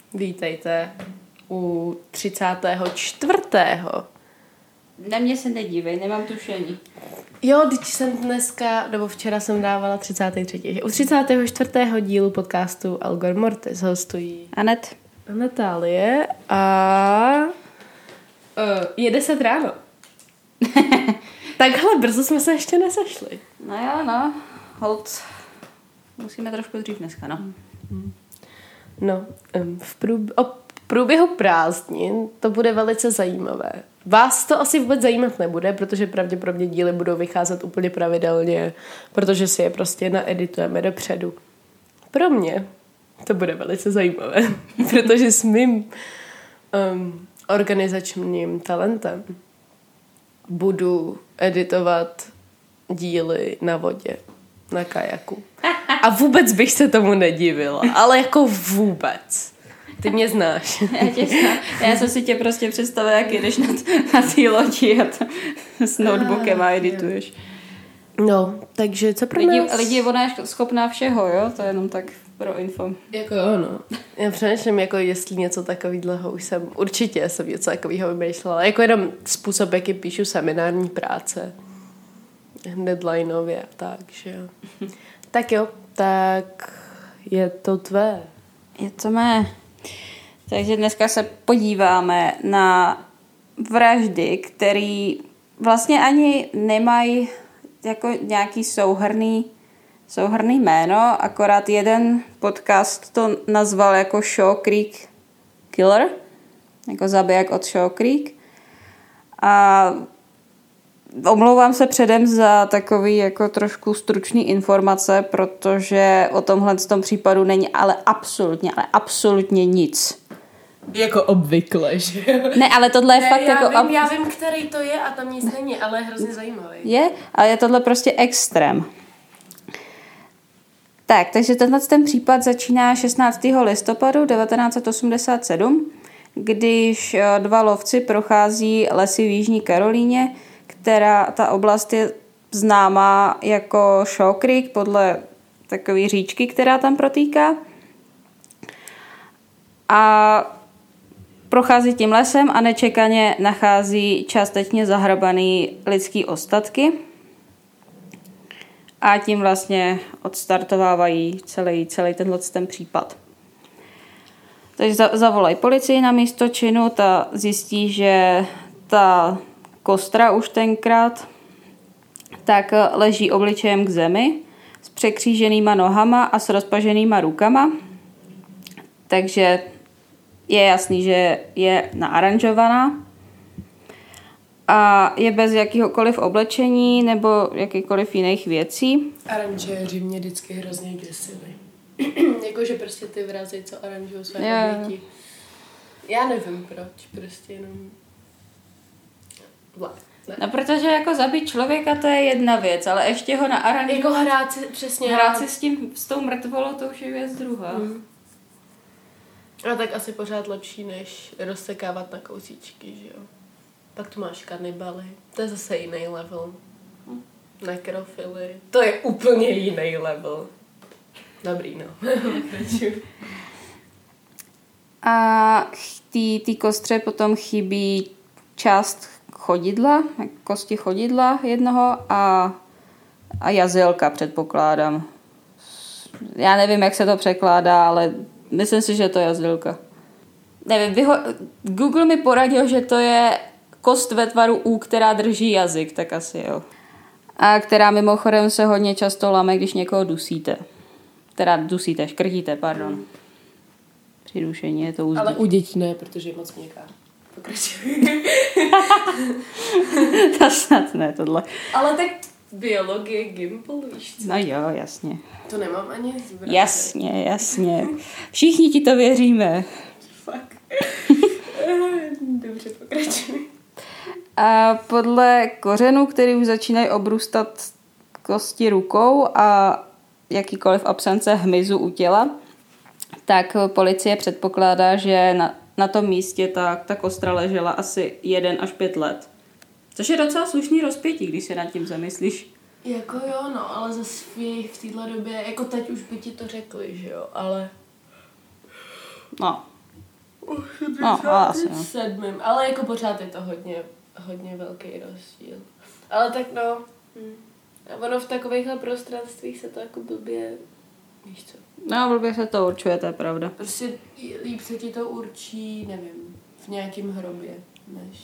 Vítejte u 34. Na mě se nedívej, nemám tušení. Jo, teď jsem dneska, nebo včera jsem dávala 33. U 34. dílu podcastu Algor Mortis hostují Anet. Natálie a je 10 ráno. Takhle brzo jsme se ještě nesešli. No jo, no. Hold. Musíme trošku dřív dneska, no. No, v průběhu prázdnin to bude velice zajímavé. Vás to asi vůbec zajímat nebude, protože pravděpodobně díly budou vycházet úplně pravidelně, protože si je prostě naeditujeme dopředu. Pro mě to bude velice zajímavé, protože s mým organizačním talentem budu editovat díly na vodě, na kajaku. A vůbec bych se tomu nedivila, ale jako vůbec. Ty mě znáš. Já tě znám. Já jsem si tě prostě představila, jak jdeš na té lodi a s notebookem a edituješ. No, takže co pro nás? Lidi, ona je schopná všeho, jo? To je jenom tak pro info. Jako no. Já přemýšlím, jako jestli něco takového už určitě jsem něco takového vymýšlela. Jako jenom způsob, jaký píšu seminární práce. Deadlineově, takže jo. Tak jo, tak je to tvé. Je to mé. Takže dneska se podíváme na vraždy, které vlastně ani nemají jako nějaký souhrnný jméno, akorát jeden podcast to nazval jako Show Creek Killer, jako zabiják od Show Creek. A omlouvám se předem za takový jako trošku stručný informace, protože o tomhle tom případu není ale absolutně nic. Jako obvykle, že? Ne, ale tohle je fakt jako... Já vím, který to je a tam nic není, ale je hrozně zajímavý. Je, ale je tohle prostě extrém. Tak, takže ten případ začíná 16. listopadu 1987, když dva lovci prochází lesy v Jižní Karolíně, ta oblast je známá jako Show Creek podle takové říčky, která tam protýká. A prochází tím lesem a nečekaně nachází částečně zahrabaný lidský ostatky. A tím vlastně odstartovávají celý ten případ. Takže zavolají policii na místo činu, ta zjistí, že ta kostra už tenkrát tak leží obličejem k zemi s překříženýma nohama a s rozpaženýma rukama. Takže je jasný, že je naaranžovaná a je bez jakýhokoliv oblečení nebo jakýkoliv jiných věcí. Aranžéři mě vždycky hrozně děsili. Jakože prostě ty vrazy, co aranžují své oběti. Já nevím proč, prostě jenom... Ne. No, protože jako zabít člověka, to je jedna věc, ale ještě ho naaranžovat... Jako hrát si, přesně. Hrát si s tou mrtvolou, to už je věc druhá. A tak asi pořád lepší, než rozsekávat na kousíčky, že jo. Pak tu máš kanibaly, to je zase jiný level. Nekrofily, to je úplně jiný level. Dobrý, no. A té kostře potom chybí část chodidla, kosti chodidla jednoho a jazylka, předpokládám. Já nevím, jak se to překládá, ale myslím si, že je to jazylka. Nevím, Google mi poradil, že to je kost ve tvaru U, která drží jazyk, tak asi jo. A která mimochodem se hodně často lame, když někoho dusíte. Škrtíte, pardon. Při dušení je to úzdí. Ale u dětí ne, protože je moc měkká. Pokračuj. To snad ne, tohle. Ale tak biologie, gimpl, víš co? No jo, jasně. To nemám ani zvrát. Jasně. Všichni ti to věříme. Fuck. Dobře, pokračuj. A podle kořenů, který už začínají obrůstat kosti rukou a jakýkoliv absence hmyzu u těla, tak policie předpokládá, že na tom místě ta kostra ležela asi 1 až 5 let. Což je docela slušný rozpětí, když se nad tím zamyslíš. Jako jo, no, ale zase v téhle době, jako teď už by ti to řekli, že jo, ale... No, asi, no. 7. Ale jako pořád je to hodně velký rozdíl. Ale tak no, a ono v takovýchhle prostranstvích se to jako blbě, víš co. No, blbě se to určuje, to je pravda. Prostě líp se ti to určí, nevím, v nějakém hrobě, než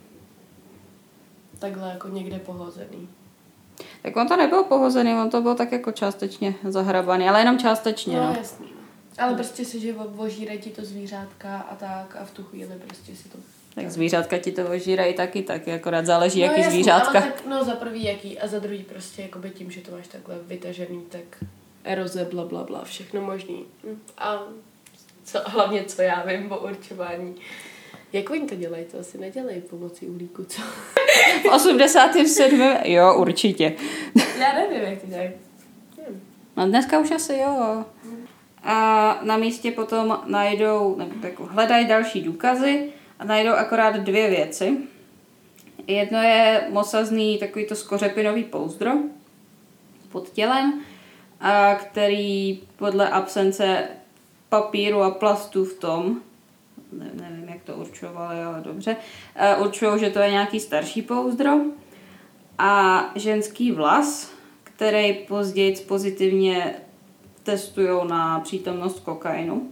takhle jako někde pohozený. Tak on to nebyl pohozený, on to byl tak jako částečně zahrabaný, ale jenom částečně, no. Jasný. Ale prostě si, že ožírají ti to zvířátka a tak a v tu chvíli prostě si to... Tak zvířátka ti to ožírají taky, akorát záleží, no, jaký jasný, zvířátka. Ale tak, no za prvý jaký a za druhý prostě jakoby tím, že to máš takhle vytažený, tak eroze, blablabla, všechno možný. A hlavně co já vím o určování. Jak oni to dělají? To asi nedělají pomocí uhlíku, co? V 87. Jo, určitě. Já nevím, jak to dělají. No dneska už asi jo. A na místě potom najdou, nebo jako hledají další důkazy a najdou akorát 2 věci. Jedno je mosazný takovýto skořepinový pouzdro pod tělem, a který podle absence papíru a plastu v tom, nevím, jak to určovali, ale dobře, určují, že to je nějaký starší pouzdro a ženský vlas, který později pozitivně testují na přítomnost kokainu.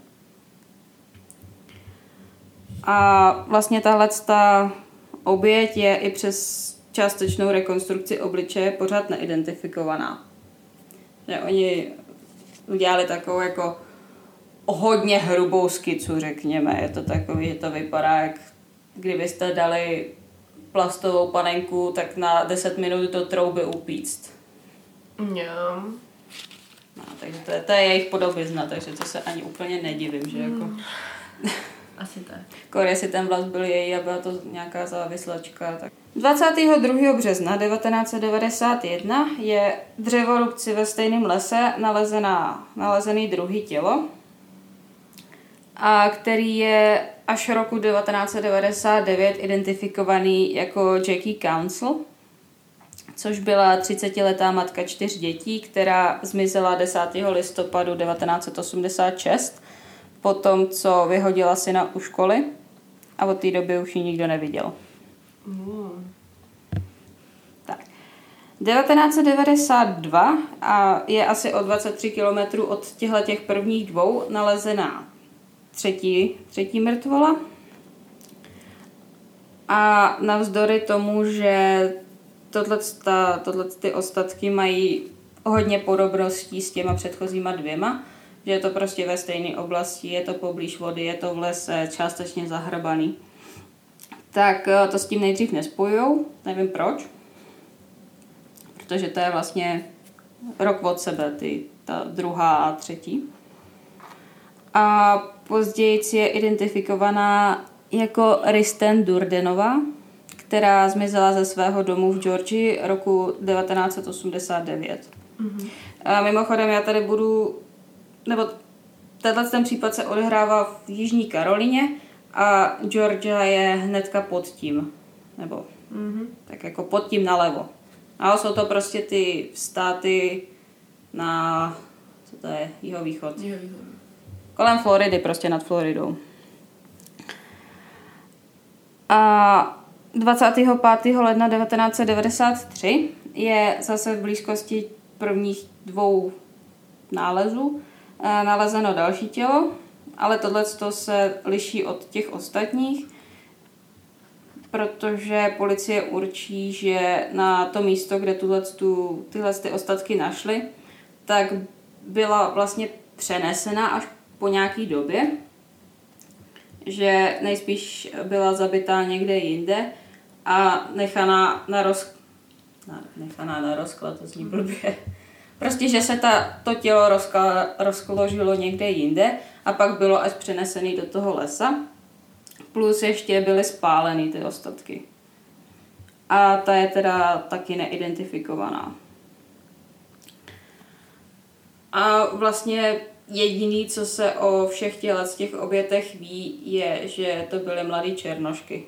A vlastně tahleta oběť je i přes částečnou rekonstrukci obličeje pořád neidentifikovaná. Že oni udělali takovou jako hodně hrubou skicu, řekněme. Je to takový, že to vypadá, jak kdybyste dali plastovou panenku, tak na 10 minut do trouby upíct. Jo. No, takže to je jejich podobizna, takže to se ani úplně nedivím, že jako... Asi tak. Kor, si ten vlas byl její a byla to nějaká závislačka. Tak. 22. března 1991 je dřevorubci ve stejném lese nalezený druhý tělo, a který je až roku 1999 identifikovaný jako Jackie Council, což byla 30letá matka 4 dětí, která zmizela 10. listopadu 1986, po tom, co vyhodila syna u školy a od té doby už ji nikdo neviděl. Tak. 1992 a je asi o 23 km od těch prvních 2 nalezená třetí mrtvola. A navzdory tomu, že tohle ty ostatky mají hodně podobností s těma předchozíma 2, že je to prostě ve stejné oblasti, je to poblíž vody, je to v lese, částečně zahrbaný. Tak to s tím nejdřív nespojujou, nevím proč, protože to je vlastně rok od sebe, ta druhá a třetí. A později je identifikovaná jako Risten Durdenová, která zmizela ze svého domu v Georgii roku 1989. A mimochodem já tady ten případ se odehrává v Jižní Karolině a Georgia je hnedka pod tím, nebo tak jako pod tím nalevo. A jsou to prostě ty státy na, co to je, jihovýchod. Kolem Floridy, prostě nad Floridou. A 25. ledna 1993 je zase v blízkosti prvních 2 nálezů nalezeno další tělo, ale tohleto se liší od těch ostatních, protože policie určí, že na to místo, kde tyhle ostatky našly, tak byla vlastně přenesena až po nějaký době, že nejspíš byla zabitá někde jinde a nechaná na rozklad, to zní blbě. Prostě, že se to tělo rozložilo někde jinde a pak bylo až přenesený do toho lesa. Plus ještě byly spáleny ty ostatky. A ta je teda taky neidentifikovaná. A vlastně jediný, co se o všech těch obětech ví, je, že to byly mladé černošky.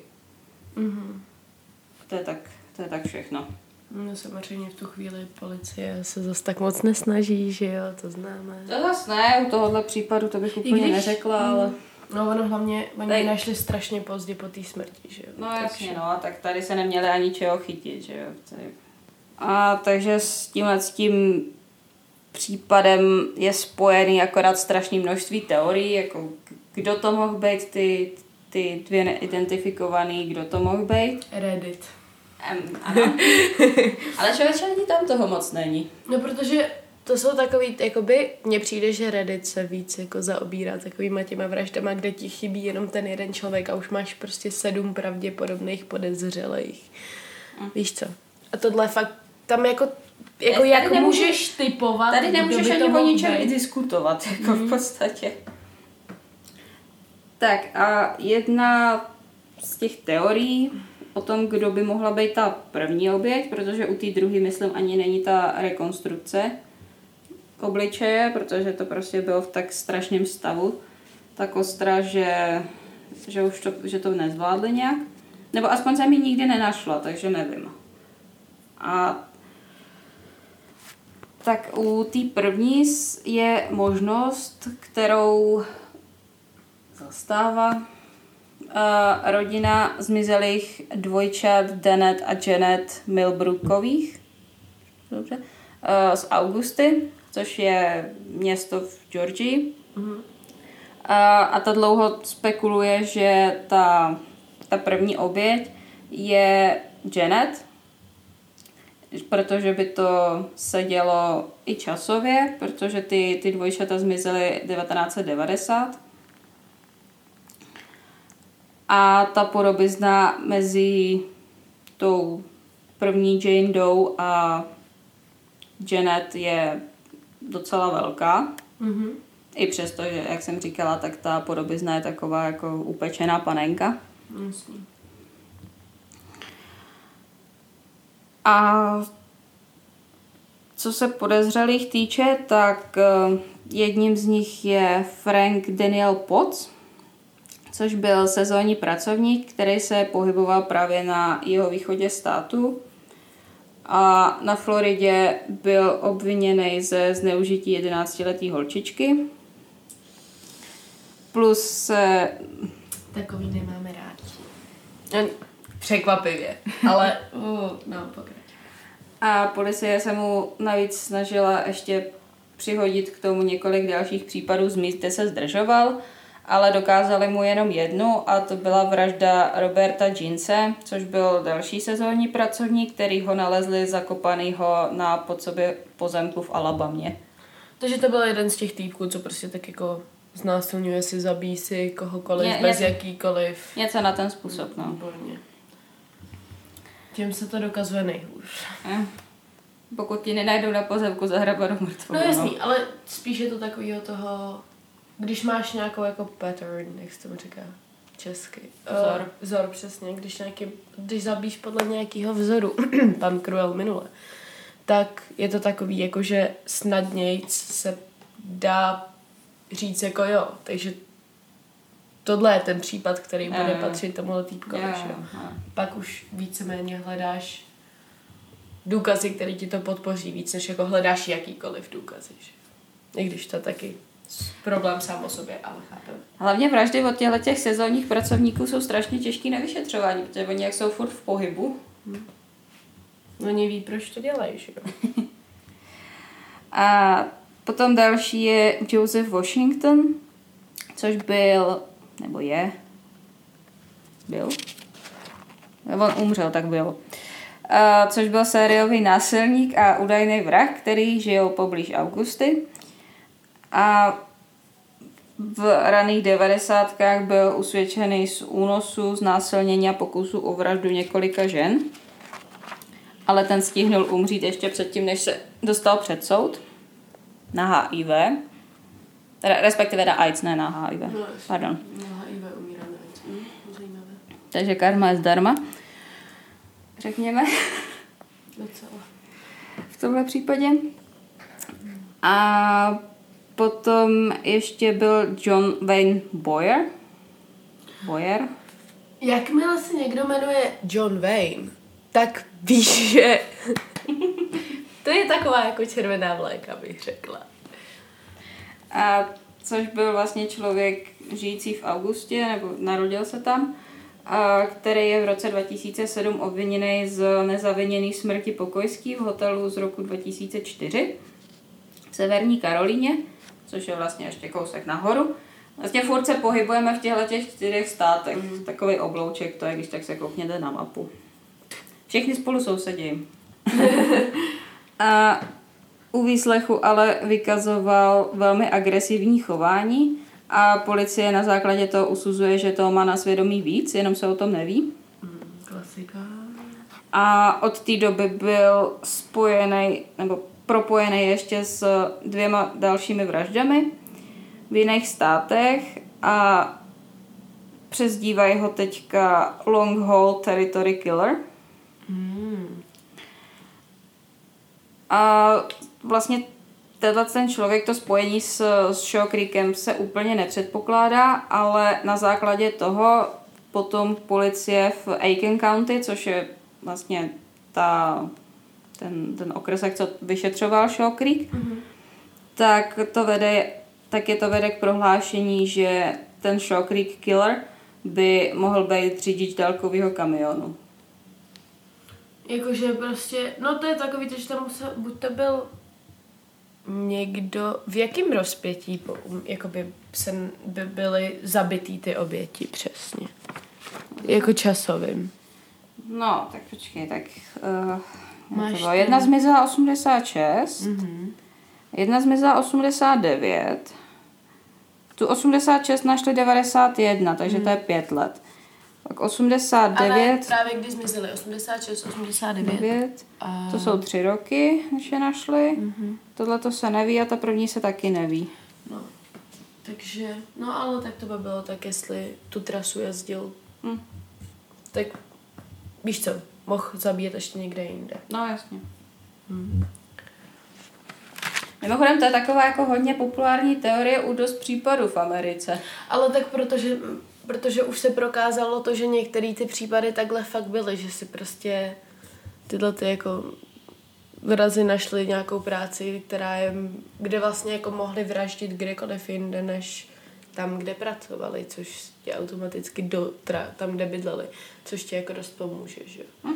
To je tak všechno. No samozřejmě v tu chvíli policie se zase tak moc nesnaží, že jo, to známe. To zase ne, u tohohle případu to bych úplně neřekla, ale... No ono hlavně, oni našli strašně pozdě po té smrti, že jo? No jasně, no, tak tady se neměli ani čeho chytit, že jo. A takže s tím případem je spojený akorát strašné množství teorií, jako kdo to mohl být, ty dvě neidentifikovaný, kdo to mohl být. Reddit. Ano. Ale člověče, ani tam toho moc není. No protože to jsou takový, jakoby, mně přijde, že Reddit se víc jako zaobírá takovýma těma vraždama, kde ti chybí jenom ten jeden člověk a už máš prostě 7 pravděpodobných podezřelých. Víš co? A tohle fakt, tam jako jak můžeš typovat. Tady nemůžeš ani o ničem i diskutovat, jako v podstatě. Tak a jedna z těch teorií o tom, kdo by mohla být ta první oběť, protože u té druhé, myslím, ani není ta rekonstrukce obličeje, protože to prostě bylo v tak strašném stavu, ta kostra, že to nezvládli nějak. Nebo aspoň jsem ji nikdy nenašla, takže nevím. A tak u té první je možnost, kterou zastává rodina zmizelých dvojčat Dannett a Janet Milbrookových. Dobře. Z Augusty, což je město v Georgii. Mm-hmm. A ta dlouho spekuluje, že ta první oběť je Janet, protože by to se dělo i časově, protože ty dvojčata zmizely 1990. A ta podobizna mezi tou první Jane Doe a Janet je docela velká. Mm-hmm. I přesto, že, jak jsem říkala, tak ta podobizna je taková jako upečená panenka. Jasný. A co se podezřelých týče, tak jedním z nich je Frank Daniel Potts, což byl sezónní pracovník, který se pohyboval právě na jihovýchodě státu. A na Floridě byl obviněný ze zneužití 11letý holčičky. Plus... Takový nemáme rádi. Překvapivě, ale no, pokračuj. A policie se mu navíc snažila ještě přihodit k tomu několik dalších případů z míst, kde se zdržoval, ale dokázali mu jenom jednu a to byla vražda Roberta Jeanse, což byl další sezónní pracovník, který ho nalezli zakopanýho na podsobě pozemku v Alabamě. Takže to byl jeden z těch týpků, co prostě tak jako znásilňuje si, zabíjí si kohokoliv, bez jakýkoliv. Něco na ten způsob, no. Výborně. Tím se to dokazuje nejhůř. Pokud ti nenajdou na pozemku zahrabanou mrtvou. No jasný, ale spíš je to takovýho toho, když máš nějakou jako pattern, jak se tomu říká česky. Vzor, přesně. Když zabíš podle nějakého vzoru, pan Cruel minule, tak je to takový, jako že snadnějc se dá říct jako jo. Takže tohle je ten případ, který bude patřit tomuhle týpkovi. Pak už víceméně hledáš důkazy, které ti to podpoří víc, než jako hledáš jakýkoliv důkazy. I když to taky problém sám o sobě, ale chápeme. Hlavně vraždy od těch sezónních pracovníků jsou strašně těžký na vyšetřování, protože oni jak jsou furt v pohybu. Oni ví, proč to dělají, že jo? A potom další je Joseph Washington, což byl, nebo je, byl? On umřel, tak byl. Což byl sériový násilník a údajný vrah, který žil poblíž Augusty. A v raných 90. byl usvědčený z únosu, znásilnění a pokusu o vraždu několika žen. Ale ten stihnul umřít ještě předtím, než se dostal před soud na HIV. Respektive na AIDS, ne na HIV. No, pardon. Na HIV umírá na AIDS. Zajímavé. Takže karma je zdarma. Řekněme. Docela. V tomhle případě. A potom ještě byl John Wayne Boyer. Jakmile se někdo jmenuje John Wayne, tak víš, že to je taková jako červená vlajka, bych řekla. A což byl vlastně člověk, žijící v Augustě, nebo narodil se tam, a který je v roce 2007 obviněný z nezaviněné smrti pokojský v hotelu z roku 2004 v Severní Karolíně, což je vlastně ještě kousek nahoru. Vlastně furt se pohybujeme v těchto 4 státech. Takový oblouček to je, když tak se koukněte na mapu. Všichni spolu sousedí. A u výslechu ale vykazoval velmi agresivní chování a policie na základě toho usuzuje, že toho má na svědomí víc, jenom se o tom neví. Klasika. A od té doby byl spojený nebo propojený ještě s 2 dalšími vraždami v jiných státech a přezdívají ho teďka Long Haul Territory Killer. A vlastně ten člověk, to spojení s Shaw Creekem se úplně nepředpokládá, ale na základě toho potom policie v Aiken County, což je vlastně ten okresek, co vyšetřoval Shaw Creek, tak je to vede k prohlášení, že ten Shaw Creek Killer by mohl být řidič dálkového kamionu. Jakože prostě, no to je takový, že tam musel, buď to byl někdo, v jakém rozpětí jakoby by byly zabitý ty oběti přesně? Jako časovým. No, tak počkej, tak jedna zmizela 86, jedna zmizela 89, tu 86 našli 91, takže to je 5 let. Tak 89... Ale právě když zmizeli 86, 89. To jsou 3 roky, než je našli. Tohle to se neví a ta první se taky neví. No, takže, no ale tak to by bylo tak, jestli tu trasu jezdil. Tak víš co, mohl zabíjet ještě někde jinde. No jasně. Mimochodem, to je taková jako hodně populární teorie u dost případů v Americe. Ale tak protože už se prokázalo to, že některé ty případy takhle fakt byly, že si prostě tyhle ty jako vrazi našli nějakou práci, kde vlastně jako mohli vraždit kdekoliv jinde, než tam, kde pracovali, což tě automaticky tam, kde bydleli, což tě jako dost pomůže, že jo.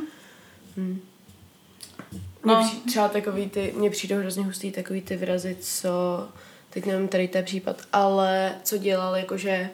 No. Třeba takový mně přijdou hrozně hustý takový ty vrazy, co, teď nevím, tady to je případ, ale co dělal, jakože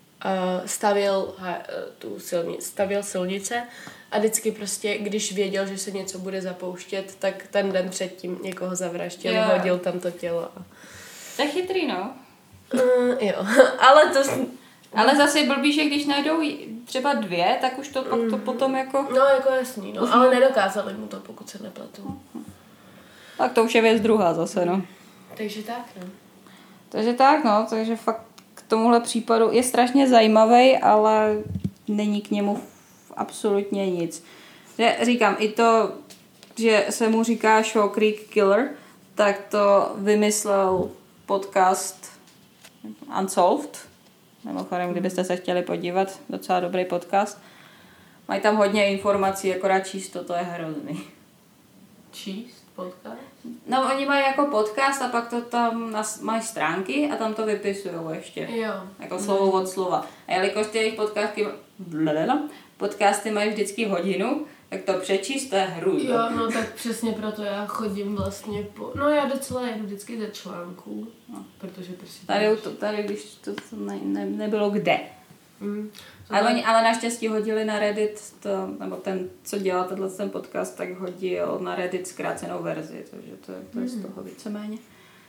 stavěl silnice a vždycky prostě, když věděl, že se něco bude zapouštět, tak ten den předtím někoho zavraždil, hodil tam to tělo. To je chytrý, no. Jo, ale to... Ale zase je blbý, že když najdou třeba 2, tak už to pak to potom jako... No, jako jasný, no. Ale nedokázali mu to, pokud se nepletu. Tak to už je věc druhá zase, no. Takže tak, no. Takže fakt k tomuhle případu je strašně zajímavý, ale není k němu absolutně nic. Říkám, i to, že se mu říká Shaw Creek Killer, tak to vymyslel podcast Unsolved. Mimochodem, kdybyste se chtěli podívat, docela dobrý podcast. Mají tam hodně informací, akorát číst to je hrozný. Číst podcast? No, oni mají jako podcast a pak to tam mají stránky a tam to vypisujou ještě. Jo. Jako slovo od slova. A jelikož ty jejich podcasty mají vždycky hodinu, tak to přečíst, to je hrůza. Jo, no tak přesně proto já chodím vlastně no já docela jedu vždycky ze článků, no. Protože prostě... Tady když to nebylo kde. Ale naštěstí hodili na Reddit, nebo ten, co dělal ten podcast, tak hodil na Reddit zkrácenou verzi, takže to je z toho víceméně.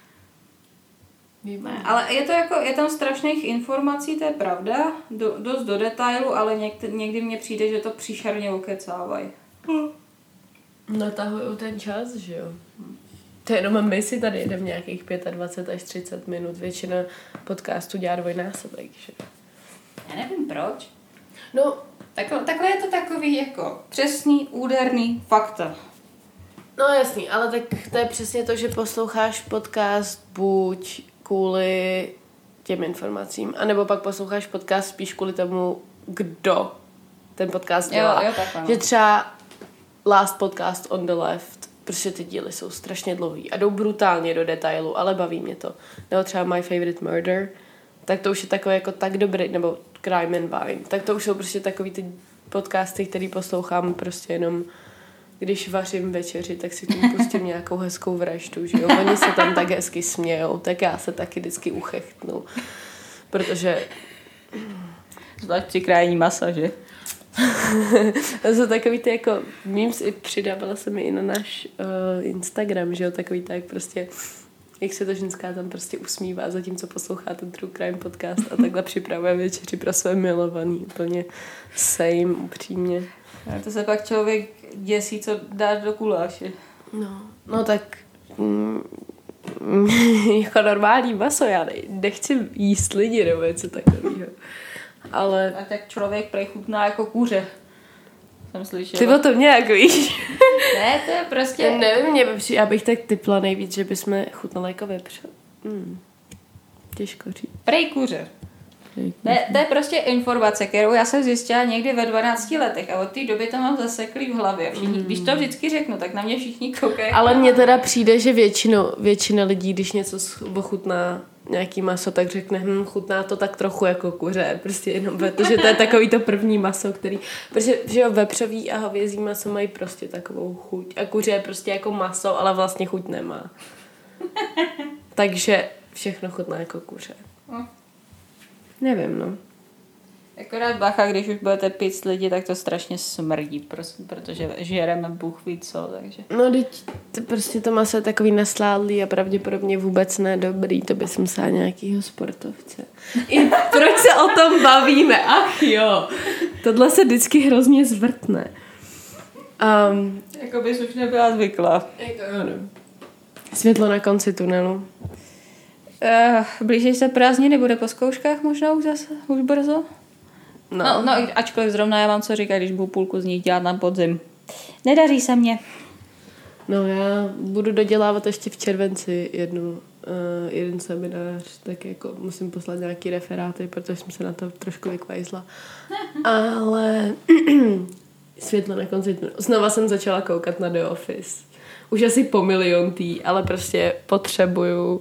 Ale je tam strašných informací, to je pravda, dost do detailu, ale někdy mně přijde, že to příšerně okecávají. Natahujou ten čas, že jo? To jenom my si tady jedeme nějakých 25 až 30 minut, většina podcastu dělá dvojnásobek, že jo? Já nevím proč. No, takhle je to takový jako přesný, úderný fakta. No jasný, ale tak to je přesně to, že posloucháš podcast buď kvůli těm informacím, anebo pak posloucháš podcast spíš kvůli tomu, kdo ten podcast dělá. Jo, takhle, no. Že třeba Last Podcast on the Left, protože ty díly jsou strašně dlouhý a jdou brutálně do detailu, ale baví mě to. Nebo třeba My Favorite Murder, tak to už je takové jako tak dobrý, nebo Crime and Wine, tak to už jsou prostě takový ty podcasty, který poslouchám prostě jenom když vařím večeři, tak si tím pustím nějakou hezkou vraždu, že jo. Oni se tam tak hezky smějou, tak já se taky vždycky uchechtnu. Protože... Zvlášť při krájení masa, že? To jsou takový ty jako memes, i přidávala se mi i na náš Instagram, že jo, takový tak prostě, jak se ta ženská tam prostě usmívá, zatímco poslouchá ten True Crime podcast a takhle připravuje večeři pro své milovaný. Úplně same, upřímně. A to se pak člověk děsí, co dáš do guláše. No tak jako normální maso, já nechci jíst lidi nebo něco takového. Ale... A tak člověk prechutná jako kuře. Jsem slyšela. Ty o tom nějak víš? Ne, to je prostě... Nevím, já bych tak typla nejvíc, že bychom chutnali jako vepř. Těžko říct. Prej kuře. To je prostě informace, kterou já jsem zjistila někdy ve 12 letech a od té doby to mám zaseklý v hlavě. Když to vždycky řeknu, tak na mě všichni koukají. Ale mně teda přijde, že většina lidí, když něco ochutná nějaký maso, tak řekne, chutná to tak trochu jako kuře, prostě jenom protože to je takový to první maso, který, protože že jo, vepřový a hovězí maso mají prostě takovou chuť a kuře je prostě jako maso, ale vlastně chuť nemá. Takže všechno chutná jako kuře. Nevím, no. Akorát bacha, když už budete pít lidi, tak to strašně smrdí, protože žereme bůh ví co, takže... No, teď prostě to maso je takový nasládlý a pravděpodobně vůbec ne dobrý, to by jsem musela nějakýho sportovce. I proč se o tom bavíme? Ach jo, tohle se vždycky hrozně zvrtne. Jako bys už nebyla zvyklá. Jako jo, no. Světlo na konci tunelu. Blíží se prázdniny, bude po zkouškách možná už zase, už brzo? No, ačkoliv zrovna já mám co říkat, když budu půlku z nich dělat na podzim. Nedaří se mně. No já budu dodělávat ještě v červenci jeden seminář, tak jako musím poslat nějaký referáty, protože jsem se na to trošku vykvajzla. Ale světlo na konci tunelu. Znova jsem začala koukat na The Office. Už asi po miliontý, ale prostě potřebuju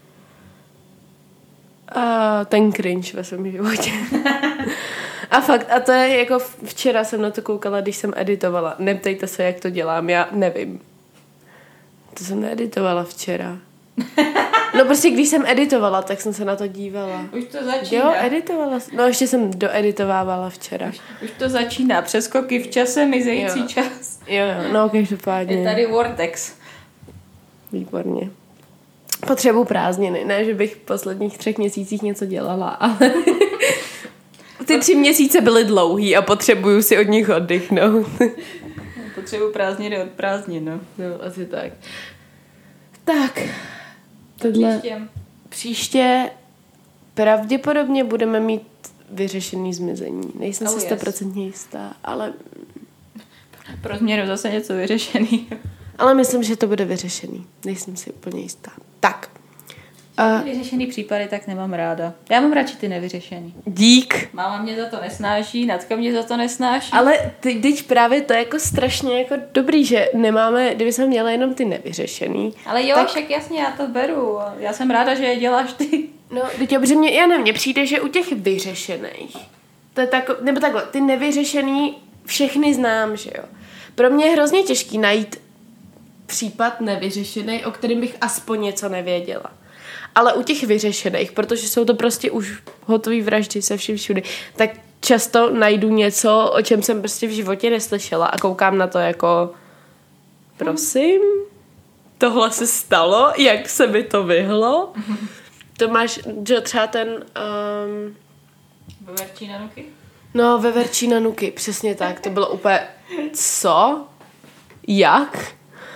ten cringe ve svém životě. A fakt, a to je jako včera jsem na to koukala, když jsem editovala. Neptejte se, jak to dělám, já nevím. To jsem needitovala včera. No prostě když jsem editovala, tak jsem se na to dívala. Už to začíná. Jo, editovala. No ještě jsem doeditovávala včera. Už to začíná. Přeskoky v čase, mizející čas. Jo, no každopádně. Je tady Vortex. Výborně. Potřebuji prázdniny. Ne, že bych v posledních 3 měsících něco dělala, ale ty 3 měsíce byly dlouhý a potřebuju si od nich oddychnout. Potřebuji prázdniny od prázdnin, no. No, asi tak. Tak. Tohle příště pravděpodobně budeme mít vyřešený zmizení. Nejsem si 100% jistá, ale... Pro změnu zase něco vyřešený. Ale myslím, že to bude vyřešený. Nejsem si úplně jistá. Tak. Vyřešený případy tak nemám ráda. Já mám radši ty nevyřešený. Dík. Máma mě za to nesnáší, Natka mě za to nesnáší. Ale teď právě to je jako strašně jako dobrý, že nemáme, kdyby jsme měli jenom ty nevyřešený. Ale jo, tak... však jasně, já to beru. Já jsem ráda, že je děláš ty. No, teď protože mně přijde, že u těch vyřešených, to je nebo takhle, ty nevyřešený všechny znám, že jo. Pro mě je hrozně těžký najít případ nevyřešený, o kterém bych aspoň něco nevěděla. Ale u těch vyřešených, protože jsou to prostě už hotový vraždy se vším všudy, tak často najdu něco, o čem jsem prostě v životě neslyšela a koukám na to jako prosím, tohle se stalo, jak se mi to vyhlo. To máš, že třeba ten Veverčí na nuky? No, Veverčí na nuky, přesně tak. To bylo úplně co? Jak?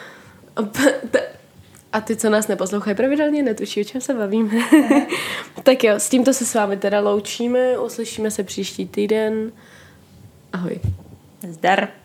A ty, co nás neposlouchají pravidelně, netuší, o čem se bavíme. Tak jo, s tímto se s vámi teda loučíme, uslyšíme se příští týden. Ahoj. Zdar.